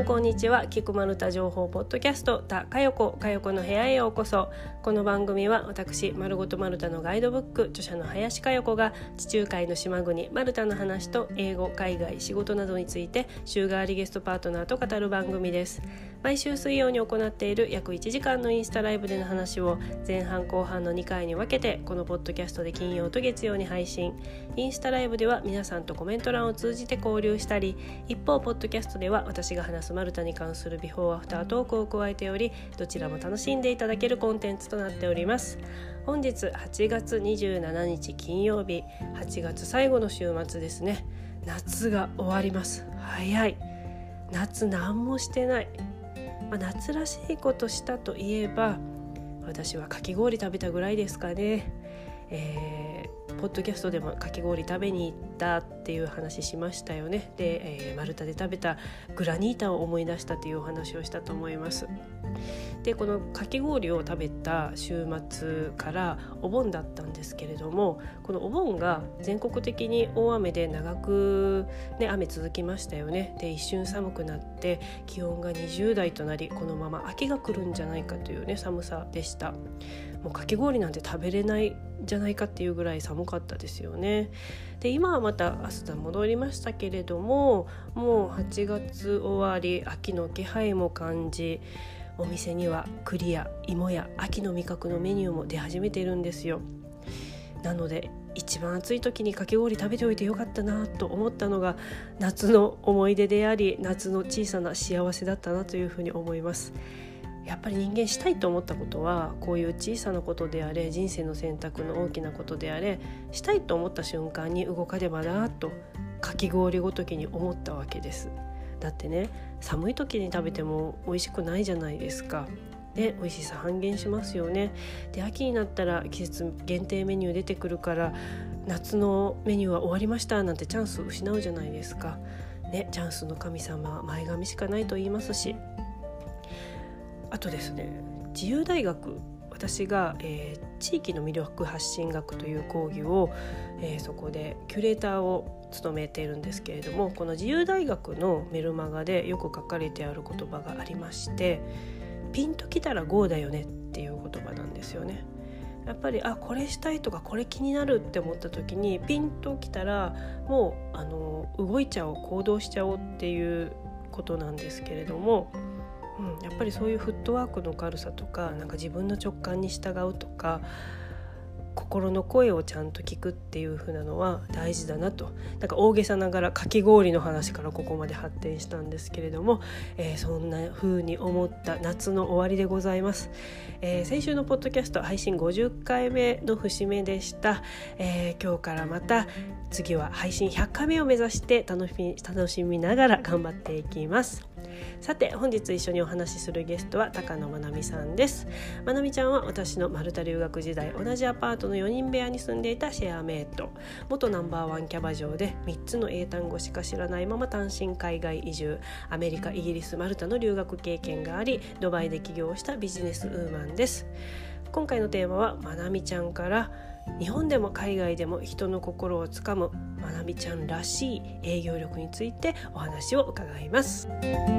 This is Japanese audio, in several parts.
んこんにちは。キクマルタ情報ポッドキャストたかよこの部屋へようこそ。この番組は私まるごとマルタのガイドブック著者の林かよこが地中海の島国マルタの話と英語、海外、仕事などについて週替わりゲストパートナーと語る番組です。毎週水曜に行っている約1時間のインスタライブでの話を前半後半の2回に分けてこのポッドキャストで金曜と月曜に配信。インスタライブでは皆さんとコメント欄を通じて交流したり、一方ポッドキャストでは私が話すマルタに関するビフォーアフタートークを加えており、どちらも楽しんでいただけるコンテンツとなっております。本日8月27日金曜日、8月最後の週末ですね。夏が終わります。早い。夏何もしてない、夏らしいことしたといえば私はかき氷食べたぐらいですかね。ポッドキャストでもかき氷食べに行ったっていう話しましたよね。で、マルタで食べたグラニータを思い出したというお話をしたと思います。で、このかき氷を食べた週末からお盆だったんですけれども、このお盆が全国的に大雨で長く、雨続きましたよね。で、一瞬寒くなって気温が20度となり、このまま秋が来るんじゃないかという寒さでした。もうかき氷なんて食べれないじゃないかっていうぐらい寒かったですよね。で、今はまた暑さ戻りましたけれども、もう8月終わり、秋の気配も感じ、お店には栗や芋や秋の味覚のメニューも出始めているんですよ。なので一番暑い時にかき氷食べておいてよかったなと思ったのが夏の思い出であり、夏の小さな幸せだったなというふうに思います。やっぱり人間したいと思ったことはこういう小さなことであれ、人生の選択の大きなことであれ、したいと思った瞬間に動かねばなとかき氷ごときに思ったわけです。だってね、寒い時に食べても美味しくないじゃないですか。で、美味しさ半減しますよね。で、秋になったら季節限定メニュー出てくるから夏のメニューは終わりましたなんてチャンス失うじゃないですか、チャンスの神様は前髪しかないと言いますし、あとですね、自由大学、私が、地域の魅力発信学という講義を、そこでキュレーターを務めているんですけれども、この自由大学のメルマガでよく書かれてある言葉がありまして、ピンときたら GO だよねっていう言葉なんですよね。やっぱりこれしたいとかこれ気になるって思った時にピンときたらもう動いちゃおう、行動しちゃおうっていうことなんですけれども、やっぱりそういうフットワークの軽さとか、自分の直感に従うとか、心の声をちゃんと聞くっていう風なのは大事だなと。大げさながらかき氷の話からここまで発展したんですけれども、そんな風に思った夏の終わりでございます。先週のポッドキャスト配信50回目の節目でした。今日からまた次は配信100回目を目指して楽しみながら頑張っていきます。さて、本日一緒にお話しするゲストは高野まなみさんです。まなみちゃんは私のマルタ留学時代同じアパートの4人部屋に住んでいたシェアメイト、元ナンバーワンキャバ嬢で3つの英単語しか知らないまま単身海外移住、アメリカ、イギリス、マルタの留学経験があり、ドバイで起業したビジネスウーマンです。今回のテーマはまなみちゃんから日本でも海外でも人の心をつかむまなみちゃんらしい営業力についてお話を伺います。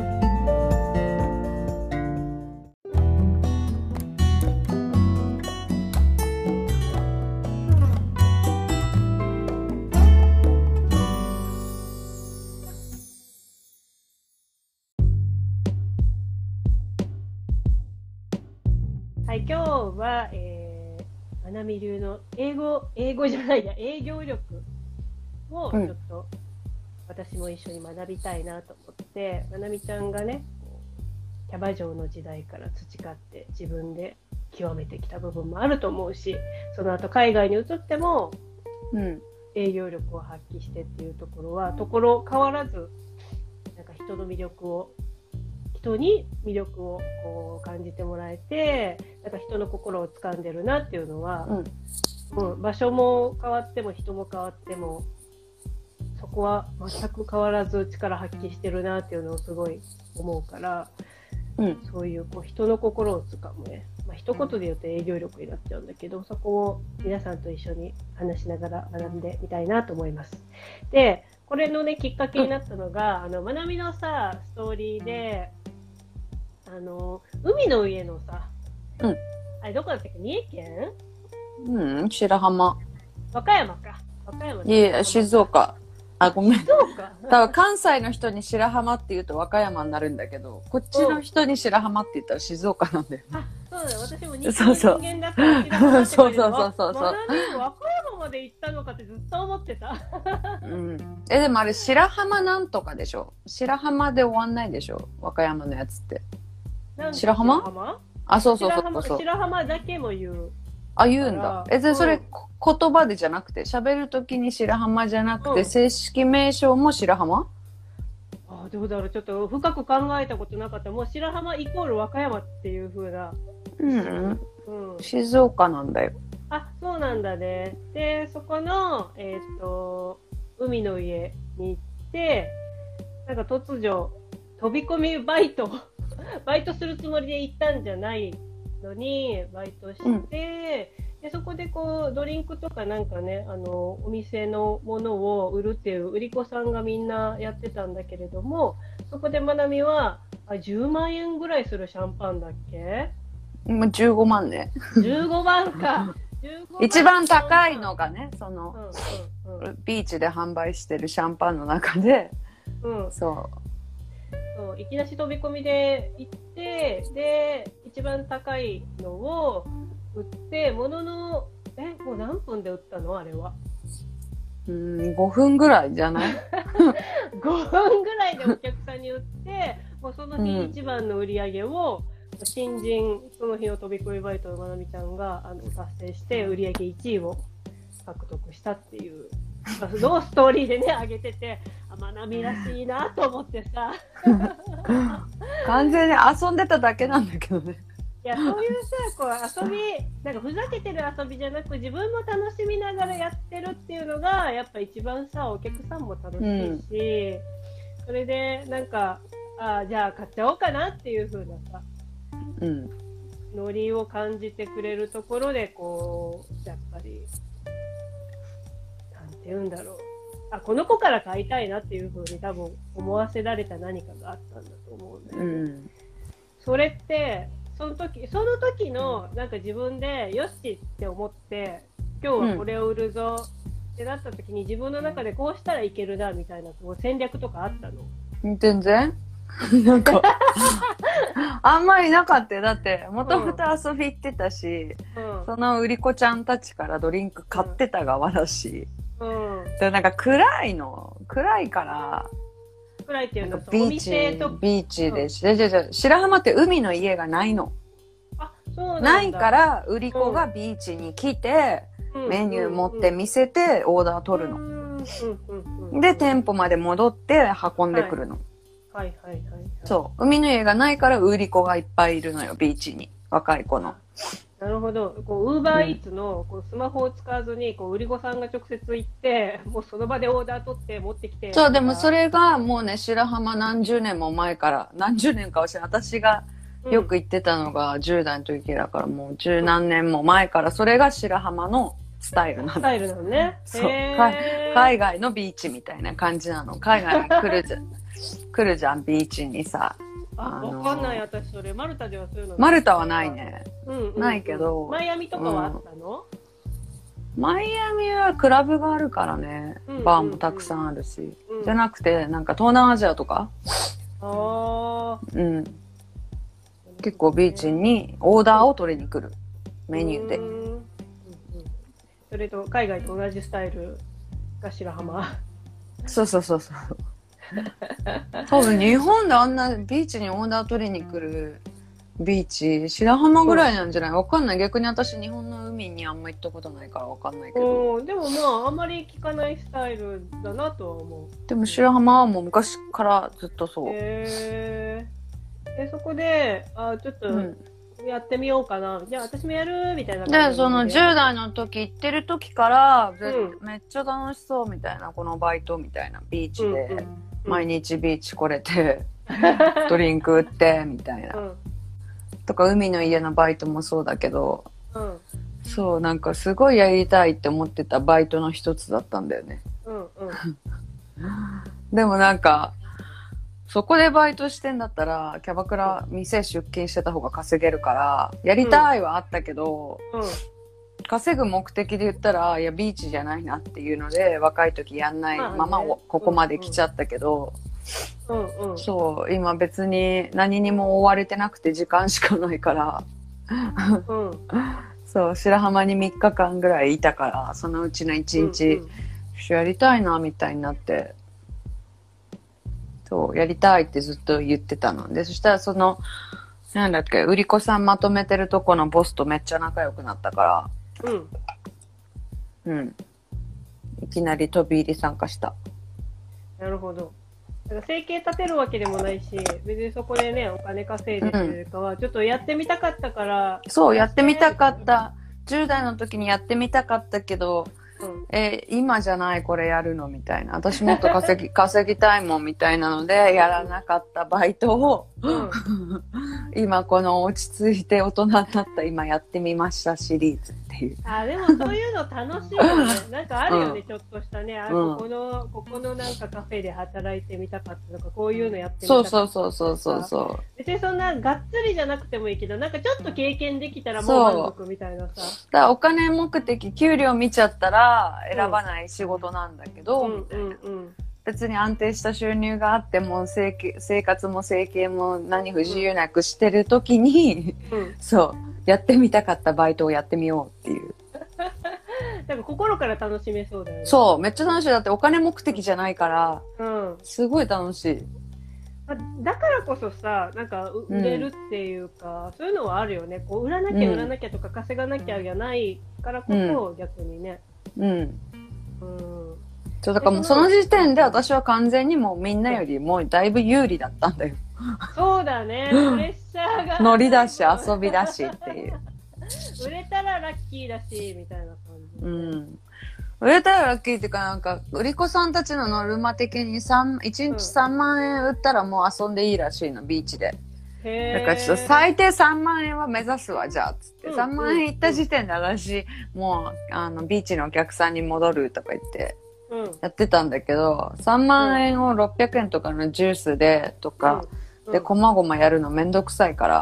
はい、今日は、まなみ流の英語じゃないや、営業力をちょっと私も一緒に学びたいなと思って、まなみちゃんがね、キャバ嬢の時代から培って自分で極めてきた部分もあると思うし、その後海外に移っても、営業力を発揮してっていうところは変わらず、人に魅力をこう感じてもらえて、人の心を掴んでるなっていうのは、場所も変わっても人も変わってもそこは全く変わらず力発揮してるなっていうのをすごい思うから、そういう人の心を掴むね、 一言で言うと営業力になっちゃうんだけど、そこを皆さんと一緒に話しながら学んでみたいなと思います。で、これのねきっかけになったのが、まなみのさストーリーで海の家のさ、あれどこだったっけ、三重県？ 白浜。 和歌山か。和歌山。 いえ、静岡。あ、ごめん。 静岡。 多分関西の人に白浜って言うと和歌山になるんだけど、こっちの人に白浜って言ったら静岡なんだよ。 あ、そうだよ。私も人間だから白浜ってそう。 まなみ和歌山まで行ったのかってずっと思ってた。 でもあれ白浜なんとかでしょ。白浜で終わんないでしょ。和歌山のやつって。白浜？あ、そう。白浜だけも言う。 あ、言うんだ。それ、言葉でじゃなくて、喋るときに白浜じゃなくて、正式名称も白浜？ あ、どうだろう。ちょっと深く考えたことなかった。もう白浜イコール和歌山っていう風な。 静岡なんだよ。 あ、そうなんだね。で、そこの、海の家に行って、なんか突如、飛び込みバイトするつもりで行ったんじゃないのに、バイトして、でそこでこうドリンクとかなんかね、お店のものを売るっていう売り子さんがみんなやってたんだけれども、そこでまなみは10万円ぐらいするシャンパンだっけ？ 今15万ね。 15万か。 一番高いのがね、その、ビーチで販売してるシャンパンの中で、 そういきなし飛び込みで行って、で一番高いのを売ってもののもう何分で売ったのあれは。 5分ぐらいじゃない？ 5 分ぐらいでお客さんに売って、もうその日一番の売り上げを、新人その日の飛び込みバイトのまなみちゃんが達成して売り上げ1位を獲得したっていうのをストーリーでね上げてて、まなみらしいなと思ってさ完全に遊んでただけなんだけどね。 いや、そういうさ、こう遊び、なんかふざけてる遊びじゃなく、自分も楽しみながらやってるっていうのがやっぱ一番さ、お客さんも楽しいし、それでなんかじゃあ買っちゃおうかなっていう風なさ、ノリを感じてくれるところで、こうやっぱりなんて言うんだろう、この子から買いたいなっていう風に多分思わせられた何かがあったんだと思うんだよね。それってその時のなんか自分でよしって思って今日はこれを売るぞってなった時に、自分の中でこうしたらいけるなみたいなこう戦略とかあったの？ 全然なんかあんまりなかったよ。だってもともと遊び行ってたし、その売り子ちゃんたちからドリンク買ってた側だし、でなんか暗いから暗いっていうのはビーチで白浜って海の家がないの。 そうなんだ。 ないから売り子がビーチに来て、メニュー持って見せてオーダー取るの。で店舗まで戻って運んでくるの。そう海の家がないから売り子がいっぱいいるのよ、ビーチに。若い子の。 なるほど。こうウーバーイーツのこうスマホを使わずにこう売り子さんが直接行ってもうその場でオーダー取って持ってきて。 そう、でもそれがもうね、白浜何十年も前から、何十年かは知らない、私がよく行ってたのが10代の時だから、もう十何年も前からそれが白浜のスタイルなの。 スタイルなのね。 そう、海外のビーチみたいな感じなの。海外に来るじゃんビーチにさ。 わかんない、私それ。マルタではそういうの。 マルタはないね。ないけど。 マイアミとかはあったの？ マイアミはクラブがあるからね、バーもたくさんあるし、じゃなくてなんか東南アジアとか、結構ビーチにオーダーを取りに来るメニューで、 それと海外と同じスタイルが白浜。 そう多分日本であんなビーチにオーダー取りに来るビーチ白浜ぐらいなんじゃない？わかんない。逆に私日本の海にあんま行ったことないからわかんないけど、 でもあんまり聞かないスタイルだなとは思う。 でも白浜はもう昔からずっとそう。 そこでちょっとやってみようかな、じゃあ私もやるみたいな感じで。 その10代の時行ってる時から、めっちゃ楽しそうみたいな、このバイトみたいな、ビーチで、毎日ビーチ来れてドリンク売ってみたいな、 とか海の家のバイトもそうだけど、 うん、 そう、なんかすごいやりたいって思ってたバイトの一つだったんだよね。 うんうんでもなんか、そこでバイトしてんだったら、キャバクラ店出勤してた方が稼げるから、やりたいはあったけど、稼ぐ目的で言ったら、いや、ビーチじゃないなっていうので、若い時やんないままここまで来ちゃったけど、そう、今別に何にも追われてなくて時間しかないから、そう、白浜に3日間ぐらいいたから、そのうちの1日、やりたいな、みたいになって、そう、やりたいってずっと言ってたので、そしたらその、なんだっけ、売り子さんまとめてるとこのボスとめっちゃ仲良くなったから、いきなり飛び入り参加した。 なるほど。だから生計立てるわけでもないし、別にそこでね、お金稼いでるよりかは、ちょっとやってみたかったから。 そう、やってみたかった。10代の時にやってみたかったけど、今じゃないこれやるのみたいな。私もっと稼ぎたいもんみたいなので、やらなかったバイトを、今この落ち着いて大人になった今やってみましたシリーズっていう。 でもそういうの楽しいよね。なんかあるよね、ちょっとしたね。ここのなんかカフェで働いてみたかったとか、こういうのやってみたかったとか。そう。別にそんながっつりじゃなくてもいいけど、なんかちょっと経験できたらもう満足みたいなさ。 だからお金目的、給料見ちゃったら選ばない仕事なんだけど、みたいな。別に安定した収入があっても生活も生計も何不自由なくしてる時に、そうやってみたかったバイトをやってみようっていうなんか心から楽しめそうだよね。 そうめっちゃ楽しい。だってお金目的じゃないから、すごい楽しい。 だからこそさ、なんか売れるっていうか、そういうのはあるよね。こう売らなきゃとか稼がなきゃじゃないからこそ、逆にね。 そうだからもうその時点で私は完全にもうみんなよりもうだいぶ有利だったんだよ。 そうだね。プレッシャーが。 ノリだし遊びだしっていう。 売れたらラッキーだしみたいな感じ。 売れたらラッキーっていうかなんか売り子さんたちのノルマ的に1日3万円売ったらもう遊んでいいらしいのビーチで。だからちょっと最低3万円は目指すわじゃあつって、3万円いった時点で私もうビーチのお客さんに戻るとか言ってやってたんだけど、3万円を600円とかのジュースでとか、でこまごまやるのめんどくさいから、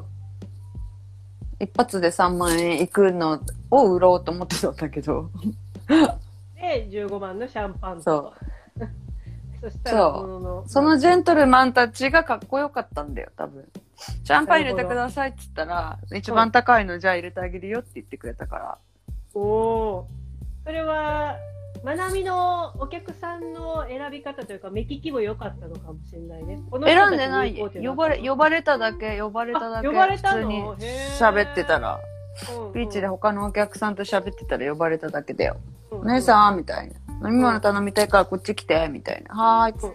一発で3万円いくのを売ろうと思ってたんだけどで15万のシャンパンとそしたらそのジェントルマンたちがかっこよかったんだよ多分。シャンパン入れてくださいって言ったら一番高いのじゃあ入れてあげるよって言ってくれたから。 それはまなみのお客さんの選び方というか目利きも良かったのかもしれないね。 選んでない。呼ばれただけ普通に喋ってたら、ビーチで他のお客さんと喋ってたら呼ばれただけだよ。お姉さんみたいな。飲み物頼みたいからこっち来てみたいな。はーいっつって。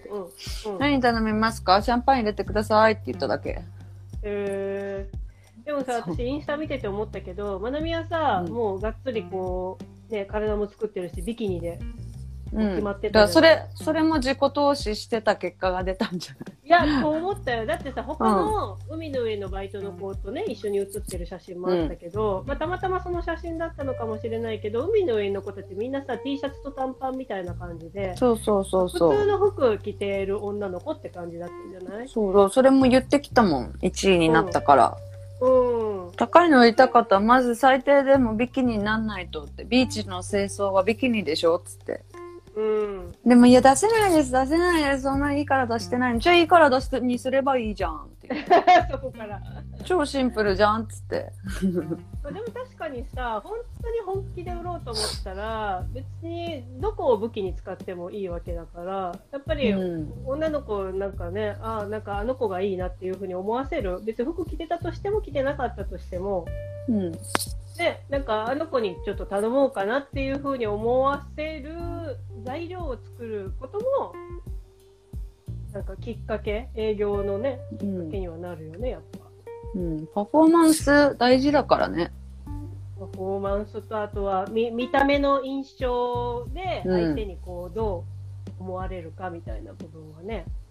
何頼みますか？シャンパン入れてくださいって言っただけ。 でもさ、私インスタ見てて思ったけど、まなみはさ、もうがっつりこうね、体も作ってるしビキニで決まってた、 だからそれも自己投資してた結果が出たんじゃない？ いや、そう思ったよ。だってさ、他の海の上のバイトの子とね、一緒に写ってる写真もあったけど、たまたまその写真だったのかもしれないけど、海の上の子たちみんなさ、T シャツと短パンみたいな感じで、 普通の服着てる女の子って感じだったんじゃない？ それも言ってきたもん。1位になったから。高いの売りたかったらまず最低でもビキニになんないとって。ビーチの清掃はビキニでしょっつって。でもいや出せないですそんないいから出してないの。じゃあいいから出すにすればいいじゃんってそこから超シンプルじゃんっつってでも確かにさ、本当に本気で売ろうと思ったら別にどこを武器に使ってもいいわけだから、やっぱり女の子なんかね、なんかあの子がいいなっていうふうに思わせる。別に服着てたとしても着てなかったとしても、でなんかあの子にちょっと頼もうかなっていうふうに思わせる材料を作ることもなんかきっかけ、営業のねきっかけにはなるよね、やっぱ。 パフォーマンス大事だからね。 パフォーマンスとあとは見た目の印象で相手にこうどう思われるかみたいな部分はね。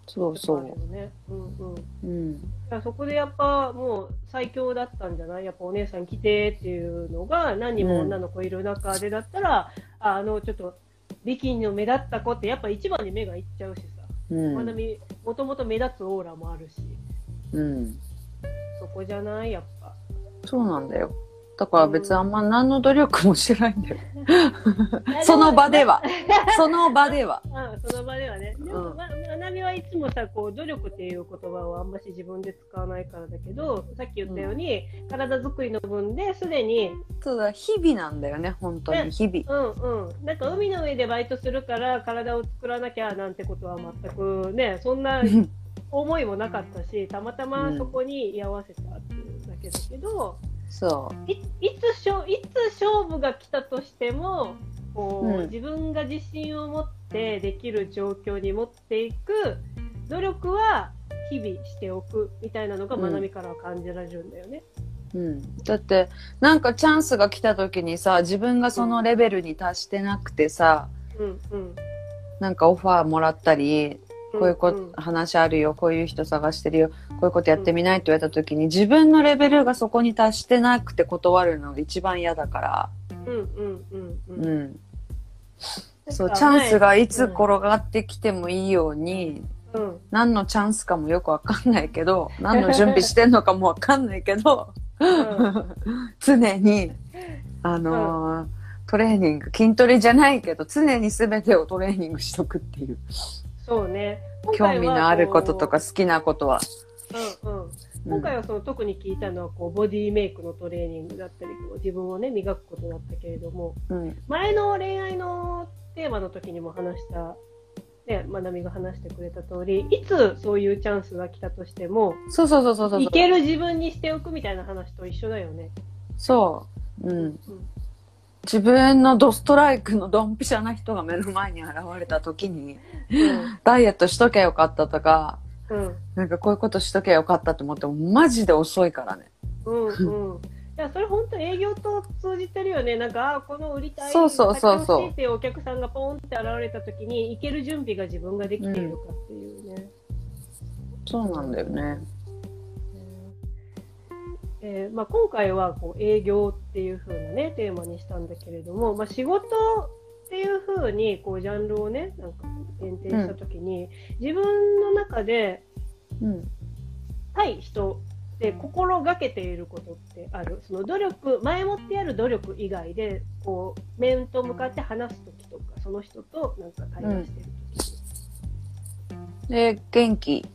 そうそう。 ね、うんうん。 うん。 そこでやっぱもう最強だったんじゃない？やっぱお姉さん来てっていうのが何人も女の子いる中でだったら、ちょっとビキニの目立った子ってやっぱ一番に目がいっちゃうしさ。まなみもともと目立つオーラもあるし。 うん。 そこじゃない？やっぱ。 そうなんだよ。だから別にあんま何の努力もしてないんだよ。その場では。その場では。 その場ではね。でも、まなみはいつもさ、こう、努力っていう言葉をあんまし自分で使わないからだけど、さっき言ったように、体作りの分ですでに。 そうだ、日々なんだよね、本当に、日々。 うんうん。なんか海の上でバイトするから体を作らなきゃなんてことは全くね、そんな思いもなかったし、たまたまそこに居合わせたっていうだけだけど、 そういつ勝負が来たとしてもこう、自分が自信を持ってできる状況に持っていく努力は日々しておくみたいなのがまなみからは感じられるんだよね。 だってなんかチャンスが来た時にさ、自分がそのレベルに達してなくてさ、なんかオファーもらったり、こういう話あるよ、こういう人探してるよ、こういうことやってみないって言われた時に、自分のレベルがそこに達してなくて断るのが一番嫌だから。そう、チャンスがいつ転がってきてもいいように、何のチャンスかもよくわかんないけど、何の準備してんのかもわかんないけど、常に、トレーニング、筋トレじゃないけど、常に全てをトレーニングしとくっていう。 そうね。 興味のあることとか好きなことは。 今回はその特に聞いたのはこうボディメイクのトレーニングだったり、こう自分をね磨くことだったけれども、前の恋愛のテーマの時にも話した、ね、まなみが話してくれた通り、いつそういうチャンスが来たとしても、いける自分にしておくみたいな話と一緒だよね。 そう。自分のドストライクのドンピシャな人が目の前に現れた時に、ダイエットしとけよかったとか、なんかこういうことしとけよかったと思ってもマジで遅いからね。 いやそれ本当営業と通じてるよね。なんかこの売りたいそうっていうお客さんがポンって現れた時に行ける準備が自分ができているかっていうね。 そうなんだよね。 今回はこう営業っていう風なねテーマにしたんだけれども、仕事っていう風にこうジャンルをねなんか限定した時に、自分の中で対人で心がけていることってある？その努力、前もってやる努力以外でこう面と向かって話す時とか、その人となんか対話してる時、元気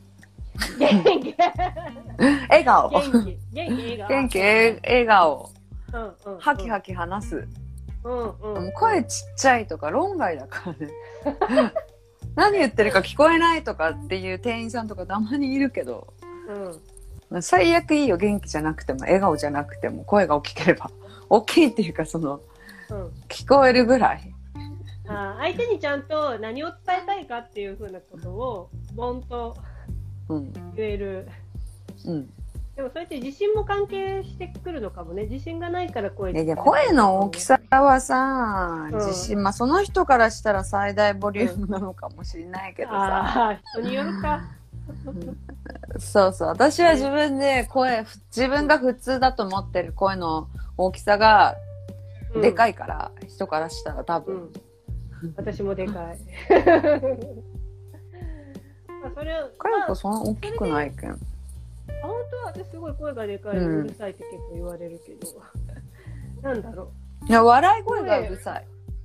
笑顔元気笑顔、ハキハキ話す、声ちっちゃいとか論外だからね何言ってるか聞こえないとかっていう店員さんとかたまにいるけど、最悪いいよ、元気じゃなくても笑顔じゃなくても声が大きければ、大きいっていうかその、聞こえるぐらい、 相手にちゃんと何を伝えたいかっていうふうなことをボンと言える、でもそれって自信も関係してくるのかもね。自信がないから声の大きさはさ、自信、その人からしたら最大ボリュームなのかもしれないけどさ、 人によるかそうそう、私は自分で自分が普通だと思ってる声の大きさがでかいから、人からしたら多分、 私もでかいそれかよこそんな大きくないけん。 本当は私すごい声がでかい、うるさいって結構言われるけどなんだろう、 いや笑い声がうるさい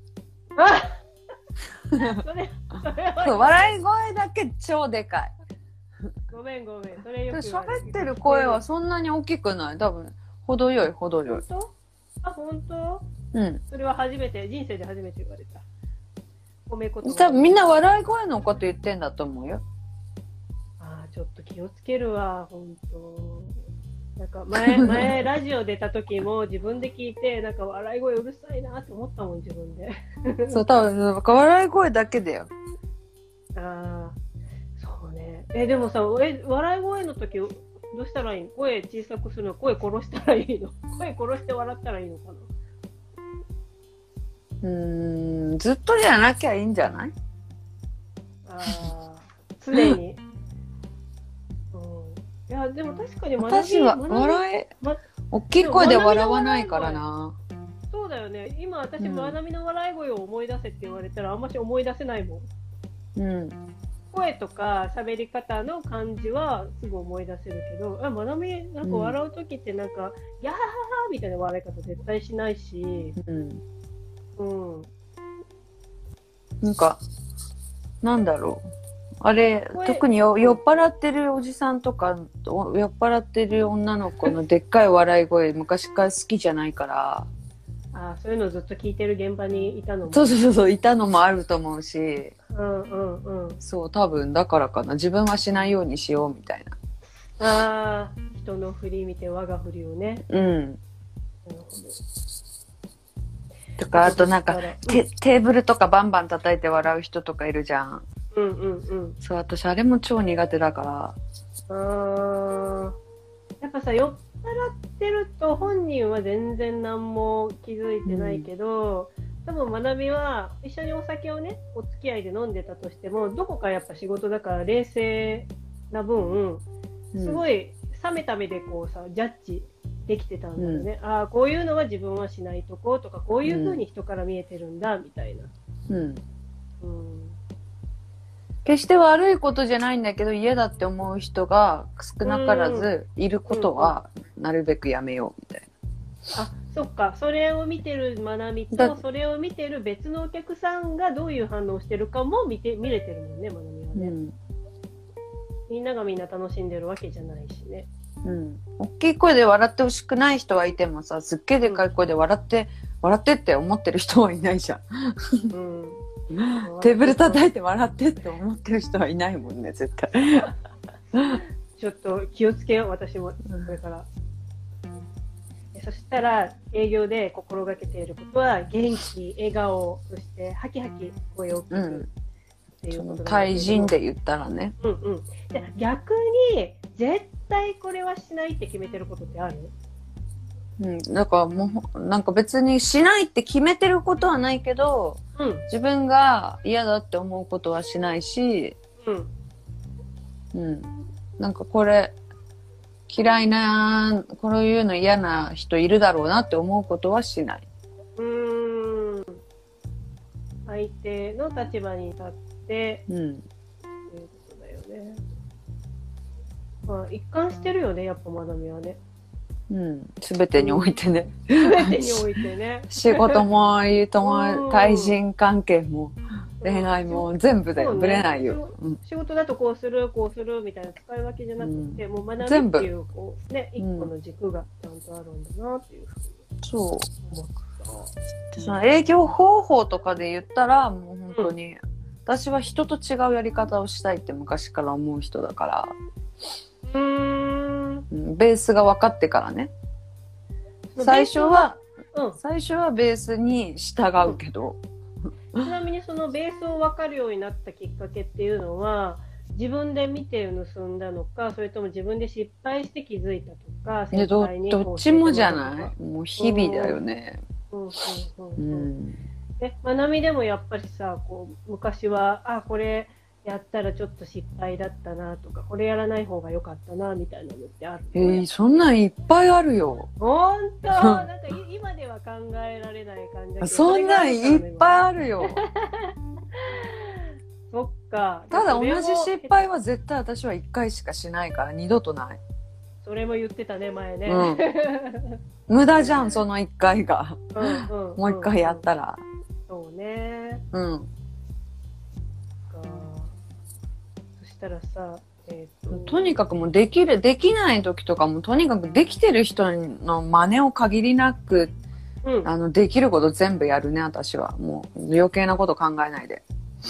笑い声だけ超でかい。 ごめんそれよく喋ってる声はそんなに大きくない、多分程よい。 本当？それは人生で初めて言われた褒め言葉。 多分みんな笑い声のこと言ってんだと思うよ。 ちょっと気をつけるわ、本当。なんか前ラジオ出た時も自分で聞いて、なんか笑い声うるさいなって思ったもん、自分で。 そう、多分笑い声だけだよ。 そうね。でもさ、笑い声の時どうしたらいいの？声小さくするの？声殺したらいいの？声殺して笑ったらいいのかな？ ずっとじゃなきゃいいんじゃない？ 常に。 やでも確かに私は大きい声で笑わないからな。 そうだよね。今私、まなみの笑い声を思い出せって言われたらあんまし思い出せないもん。うん。声とか喋り方の感じはすぐ思い出せるけど、まなみなんか笑う時ってなんか、やはははみたいな笑い方絶対しないし、 なんかなんだろう。あれ特に酔っ払ってるおじさんとか酔っ払ってる女の子のでっかい笑い声昔から好きじゃないから。 そういうのずっと聞いてる現場にいたのもそういたのもあると思うし、そう多分だからかな。自分はしないようにしようみたいな。人の振り見て我が振りをね。なるほど。 とかあとなんかテーブルとかバンバン叩いて笑う人とかいるじゃん。そう私あれも超苦手だから。 やっぱさ酔っ払ってると本人は全然何も気づいてないけど、多分まなみは一緒にお酒をねお付き合いで飲んでたとしてもどこかやっぱ仕事だから冷静な分すごい冷めた目でこうさジャッジできてたんだよね。こういうのは自分はしないとことかこういう風に人から見えてるんだみたいな。 決して悪いことじゃないんだけど嫌だって思う人が少なからずいることはなるべくやめようみたいな。そっか。それを見てるまなみとそれを見てる別のお客さんがどういう反応してるかも見れてるもんね、まなみはね。みんながみんな楽しんでるわけじゃないしね。 大きい声で笑ってほしくない人はいてもさ、すっげえでかい声で笑ってって思ってる人はいないじゃん。テーブル叩いて笑ってって思ってる人はいないもんね、絶対。 ちょっと気をつけよう、私もこれから。そしたら営業で心がけていることは元気、笑顔、そしてハキハキ声を聞くっていうこと。 対人で言ったらね。 で逆に絶対これはしないって決めてることってある？ だからもうなんか別にしないって決めてることはないけど、自分が嫌だって思うことはしないし、なんかこれ嫌いなこういうの嫌な人いるだろうなって思うことはしない。 相手の立場に立って、っていうことだよね。一貫してるよね、やっぱまなみはね。 すべてにおいてね。 すべてにおいてね。 仕事も対人関係も恋愛も全部でぶれないよ。 仕事だとこうするみたいな使い分けじゃなくて、もう学びっていうこうね、一個の軸がちゃんとあるんだなっていうふうに。 そう。その営業方法とかで言ったらもう本当に、私は人と違うやり方をしたいって昔から思う人だから。ベースが分かってからね。最初はベースに従うけど。 ちなみにそのベースを分かるようになったきっかけっていうのは自分で見て盗んだのか、それとも自分で失敗して気づいたとか、 どっちもじゃない？もう日々だよね。 まなみでもやっぱりさ、こう昔はこれやったらちょっと失敗だったなとか、これやらない方が良かったなみたいなのってある？ そんなんいっぱいあるよ。 ほんとなんか今では考えられない感じだけど、 そんなんいっぱいあるよ。 そっか。 ただ同じ失敗は絶対私は1回しかしないから二度とない。 それも言ってたね、前ね。 無駄じゃん、その1回が。もう1回やったら。 そうね。そしたらさ、 とにかくもうできない時とかもとにかくできてる人の真似を限りなく、できること全部やるね、私は。もう余計なこと考えないで。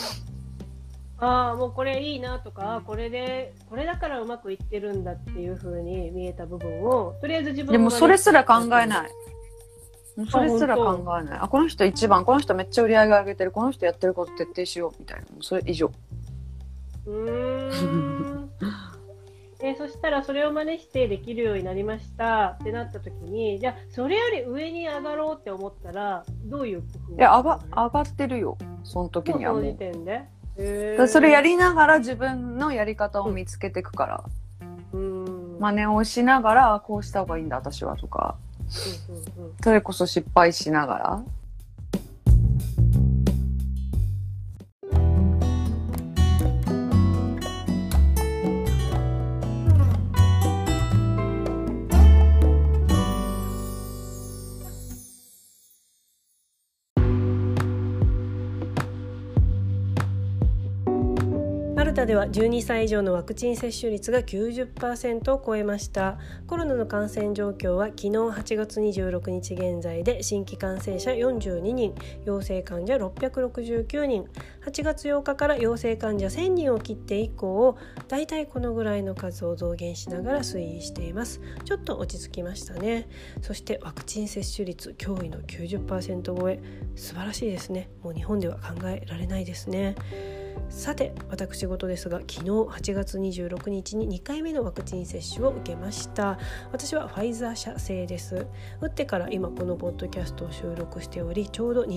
もうこれいいなとか、これだからうまくいってるんだっていう風に見えた部分をとりあえず自分でもそれすら考えない。それすら考えない。この人一番、この人めっちゃ売り上げ上げてる、この人やってること徹底しようみたいな、それ以上。 そしたらそれを真似してできるようになりましたってなった時に、じゃあそれより上に上がろうって思ったらどういう工夫？ 上がってるよ、その時にはもう。 その時点で。 それやりながら自分のやり方を見つけていくから。 真似をしながら、こうした方がいいんだ私はとか、それこそ失敗しながら。 マルタでは12歳以上のワクチン接種率が 90% を超えました。コロナの感染状況は昨日8月26日現在で新規感染者42人、陽性患者669人、8月8日から陽性患者1000人を切って以降、だいたいこのぐらいの数を増減しながら推移しています。ちょっと落ち着きましたね。そしてワクチン接種率驚異の 90% 超え、素晴らしいですね。もう日本では考えられないですね。さて、私事ですが、昨日8月26日に2回目のワクチン接種を受けました。私はファイザー社製です。打ってから今このポッドキャストを収録しており、ちょうど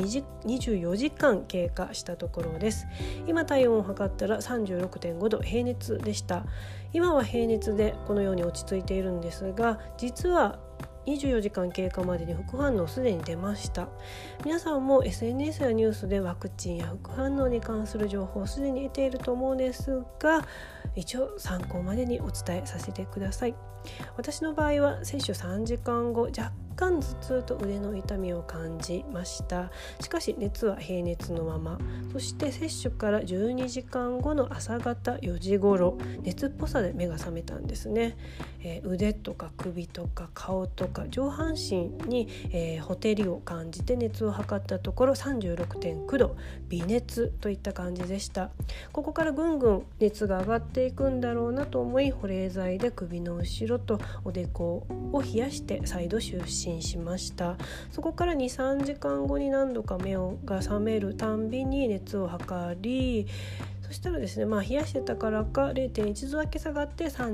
24時間経過したところです。今体温を測ったら 36.5 度、平熱でした。今は平熱でこのように落ち着いているんですが、実は24時間経過までに副反応すでに出ました。皆さんも SNS やニュースでワクチンや副反応に関する情報をすでに得ていると思うんですが、一応参考までにお伝えさせてください。私の場合は接種3時間後、若干頭痛と腕の痛みを感じました。しかし熱は平熱のまま。そして接種から12時間後の朝方4時頃、熱っぽさで目が覚めたんですね。腕とか首とか顔とか上半身に、ほてりを感じて熱を測ったところ 36.9 度、微熱といった感じでした。ここからぐんぐん熱が上がっていくんだろうなと思い、保冷剤で首の後ろとおでこを冷やして再度就寝しました。そこから 2,3 時間後に何度か目が覚めるたんびに熱を測り、そしたらですね、冷やしてたからか 0.1 度だけ下がって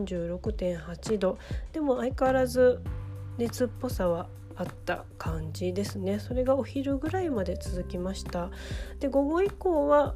36.8 度。でも相変わらず熱っぽさはあった感じですね。それがお昼ぐらいまで続きました。で、午後以降は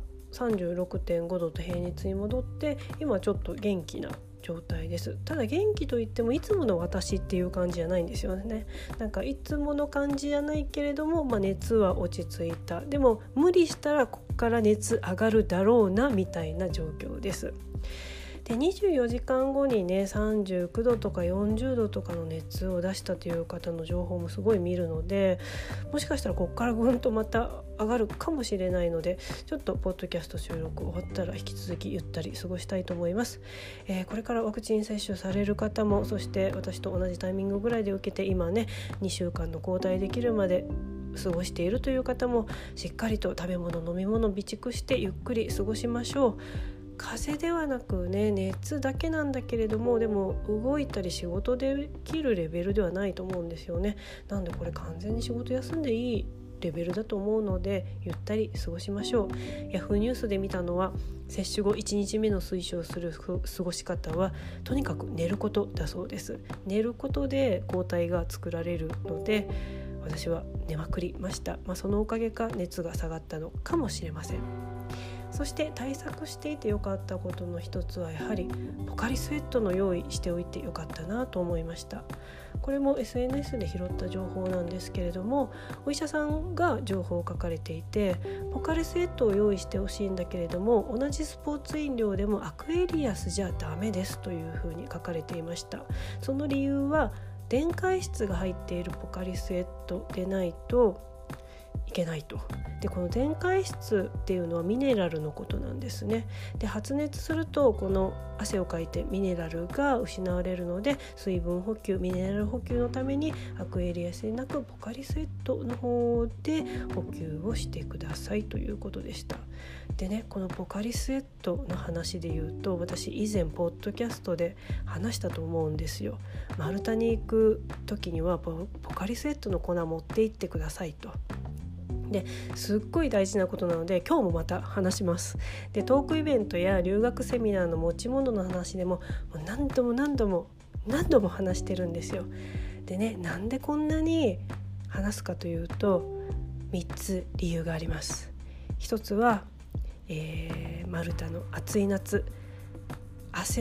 36.5 度と平熱に戻って、今ちょっと元気な状態です。ただ元気といってもいつもの私っていう感じじゃないんですよね。なんかいつもの感じじゃないけれども、熱は落ち着いた。でも無理したらここから熱上がるだろうなみたいな状況です。で、24時間後にね、39度とか40度とかの熱を出したという方の情報もすごい見るので、もしかしたらここからぐんとまた上がるかもしれないので、ちょっとポッドキャスト収録終わったら引き続きゆったり過ごしたいと思います。これからワクチン接種される方も、そして私と同じタイミングぐらいで受けて今ね2週間の交代できるまで過ごしているという方も、しっかりと食べ物飲み物備蓄してゆっくり過ごしましょう。風邪ではなくね、熱だけなんだけれども、でも動いたり仕事できるレベルではないと思うんですよね。なんでこれ完全に仕事休んでいいレベルだと思うので、ゆったり過ごしましょう。ヤフーニュースで見たのは、接種後1日目の推奨する過ごし方はとにかく寝ることだそうです。寝ることで抗体が作られるので、私は寝まくりました。そのおかげか熱が下がったのかもしれません。そして対策していてよかったことの一つは、やはりポカリスエットの用意しておいてよかったなと思いました。これも SNS で拾った情報なんですけれども、お医者さんが情報を書かれていて、ポカリスエットを用意してほしいんだけれども、同じスポーツ飲料でもアクエリアスじゃダメですというふうに書かれていました。その理由は、電解質が入っているポカリスエットでないといけないと。で、この電解質っていうのはミネラルのことなんですね。で、発熱するとこの汗をかいてミネラルが失われるので、水分補給、ミネラル補給のためにアクエリアスでなくポカリスエットの方で補給をしてくださいということでした。でね、このポカリスエットの話で言うと、私以前ポッドキャストで話したと思うんですよ。マルタに行く時にはポカリスエットの粉持って行ってくださいと。ですっごい大事なことなので、今日もまた話します。で、トークイベントや留学セミナーの持ち物の話でも何度も話してるんですよ。でね、なんでこんなに話すかというと、3つ理由があります。一つは、マルタの暑い夏、汗を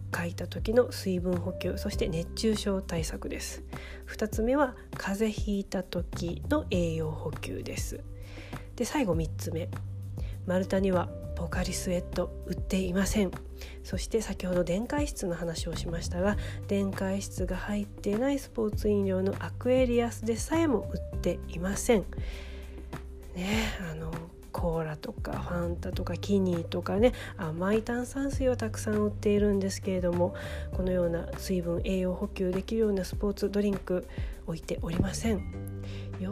かいた時の水分補給、そして熱中症対策です。2つ目は風邪ひいた時の栄養補給です。で最後3つ目、マルタにはポカリスエット売っていません。そして先ほど電解質の話をしましたが、電解質が入っていないスポーツ飲料のアクエリアスでさえも売っていませんね。コーラとかファンタとかキニーとかね、甘い炭酸水をたくさん売っているんですけれども、このような水分栄養補給できるようなスポーツドリンク置いておりません。よって、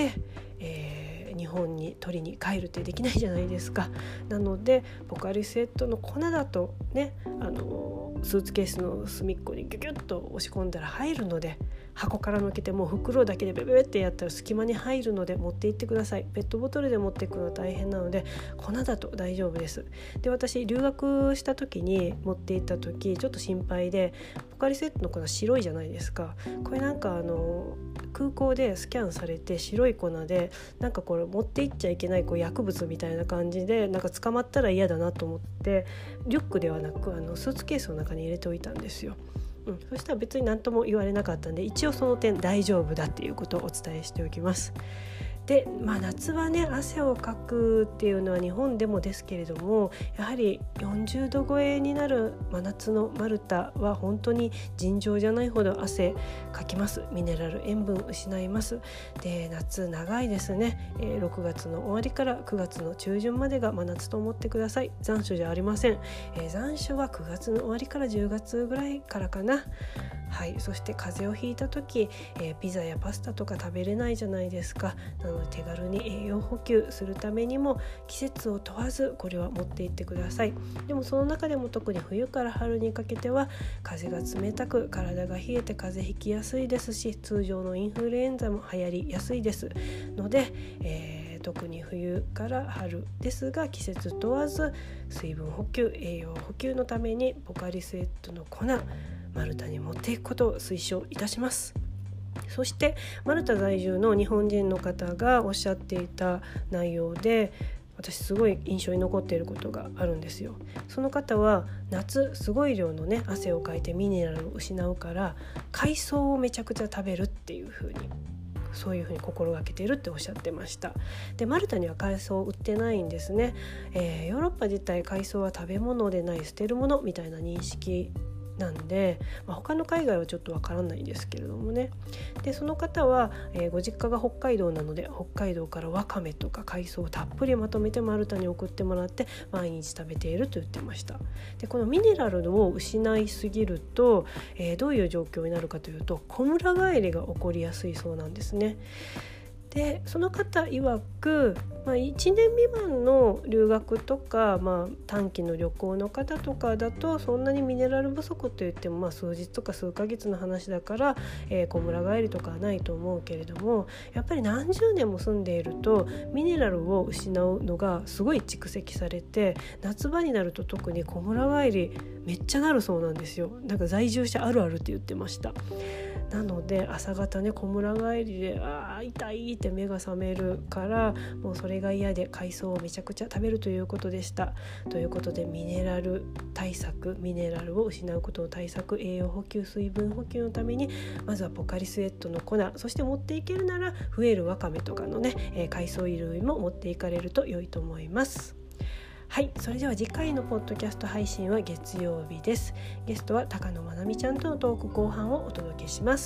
日本に取りに帰るってできないじゃないですか。なのでポカリスエットの粉だとね、スーツケースの隅っこにギュギュッと押し込んだら入るので、箱から抜けてもう袋だけでベベベってやったら隙間に入るので持って行ってください。ペットボトルで持っていくのは大変なので粉だと大丈夫です。で私留学した時に持って行った時ちょっと心配で、ポカリスエットの粉白いじゃないですか。これなんか空港でスキャンされて白い粉で、なんかこれ持って行っちゃいけない薬物みたいな感じで、なんか捕まったら嫌だなと思ってリュックではなくスーツケースの中に入れておいたんですよ。そしたら別に何とも言われなかったんで、一応その点大丈夫だっていうことをお伝えしておきます。で、夏はね汗をかくっていうのは日本でもですけれども、やはり40度超えになる真夏のマルタは本当に尋常じゃないほど汗かきます。ミネラル塩分失います。で夏長いですね、6月の終わりから9月の中旬までが真夏と思ってください。残暑じゃありません。残暑は9月の終わりから10月ぐらいからかな。はい、そして風邪をひいた時、ピザやパスタとか食べれないじゃないですか。なので手軽に栄養補給するためにも季節を問わずこれは持っていってください。でもその中でも特に冬から春にかけては風が冷たく体が冷えて風邪ひきやすいですし、通常のインフルエンザも流行りやすいですので、特に冬から春ですが季節問わず水分補給栄養補給のためにポカリスエットの粉マルタに持っていくことを推奨いたします。そしてマルタ在住の日本人の方がおっしゃっていた内容で、私すごい印象に残っていることがあるんですよ。その方は夏すごい量のね汗をかいてミネラルを失うから海藻をめちゃくちゃ食べるっていう風に、そういうふうに心がけているっておっしゃってました。でマルタには海藻売ってないんですね。ヨーロッパ自体海藻は食べ物でない捨てるものみたいな認識なんで、他の海外はちょっとわからないんですけれどもね。でその方は、ご実家が北海道なので北海道からわかめとか海藻をたっぷりまとめてマルタに送ってもらって毎日食べていると言ってました。でこのミネラルを失いすぎると、どういう状況になるかというとこむら返りが起こりやすいそうなんですね。でその方曰く、1年未満の留学とか、短期の旅行の方とかだとそんなにミネラル不足といっても、数日とか数ヶ月の話だから、こむら返りとかはないと思うけれども、やっぱり何十年も住んでいるとミネラルを失うのがすごい蓄積されて、夏場になると特にこむら返りめっちゃなるそうなんですよ。なんか在住者あるあるって言ってました。なので朝方ねこむら返りで痛いって目が覚めるから、もうそれが嫌で海藻をめちゃくちゃ食べるということでした。ということでミネラル対策、ミネラルを失うことの対策、栄養補給水分補給のためにまずはポカリスエットの粉、そして持っていけるなら増えるわかめとかのね、海藻類も持っていかれると良いと思います。はい、それでは次回のポッドキャスト配信は月曜日です。ゲストは高野まなみちゃんとのトーク後半をお届けします。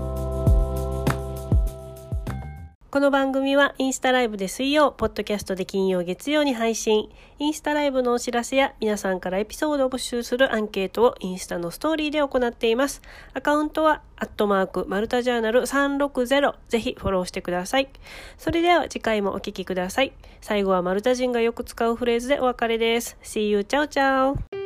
この番組はインスタライブで水曜、ポッドキャストで金曜月曜に配信。インスタライブのお知らせや皆さんからエピソードを募集するアンケートをインスタのストーリーで行っています。アカウントは@マルタジャーナル360、ぜひフォローしてください。それでは次回もお聞きください。最後はマルタ人がよく使うフレーズでお別れです。See you, ciao ciao。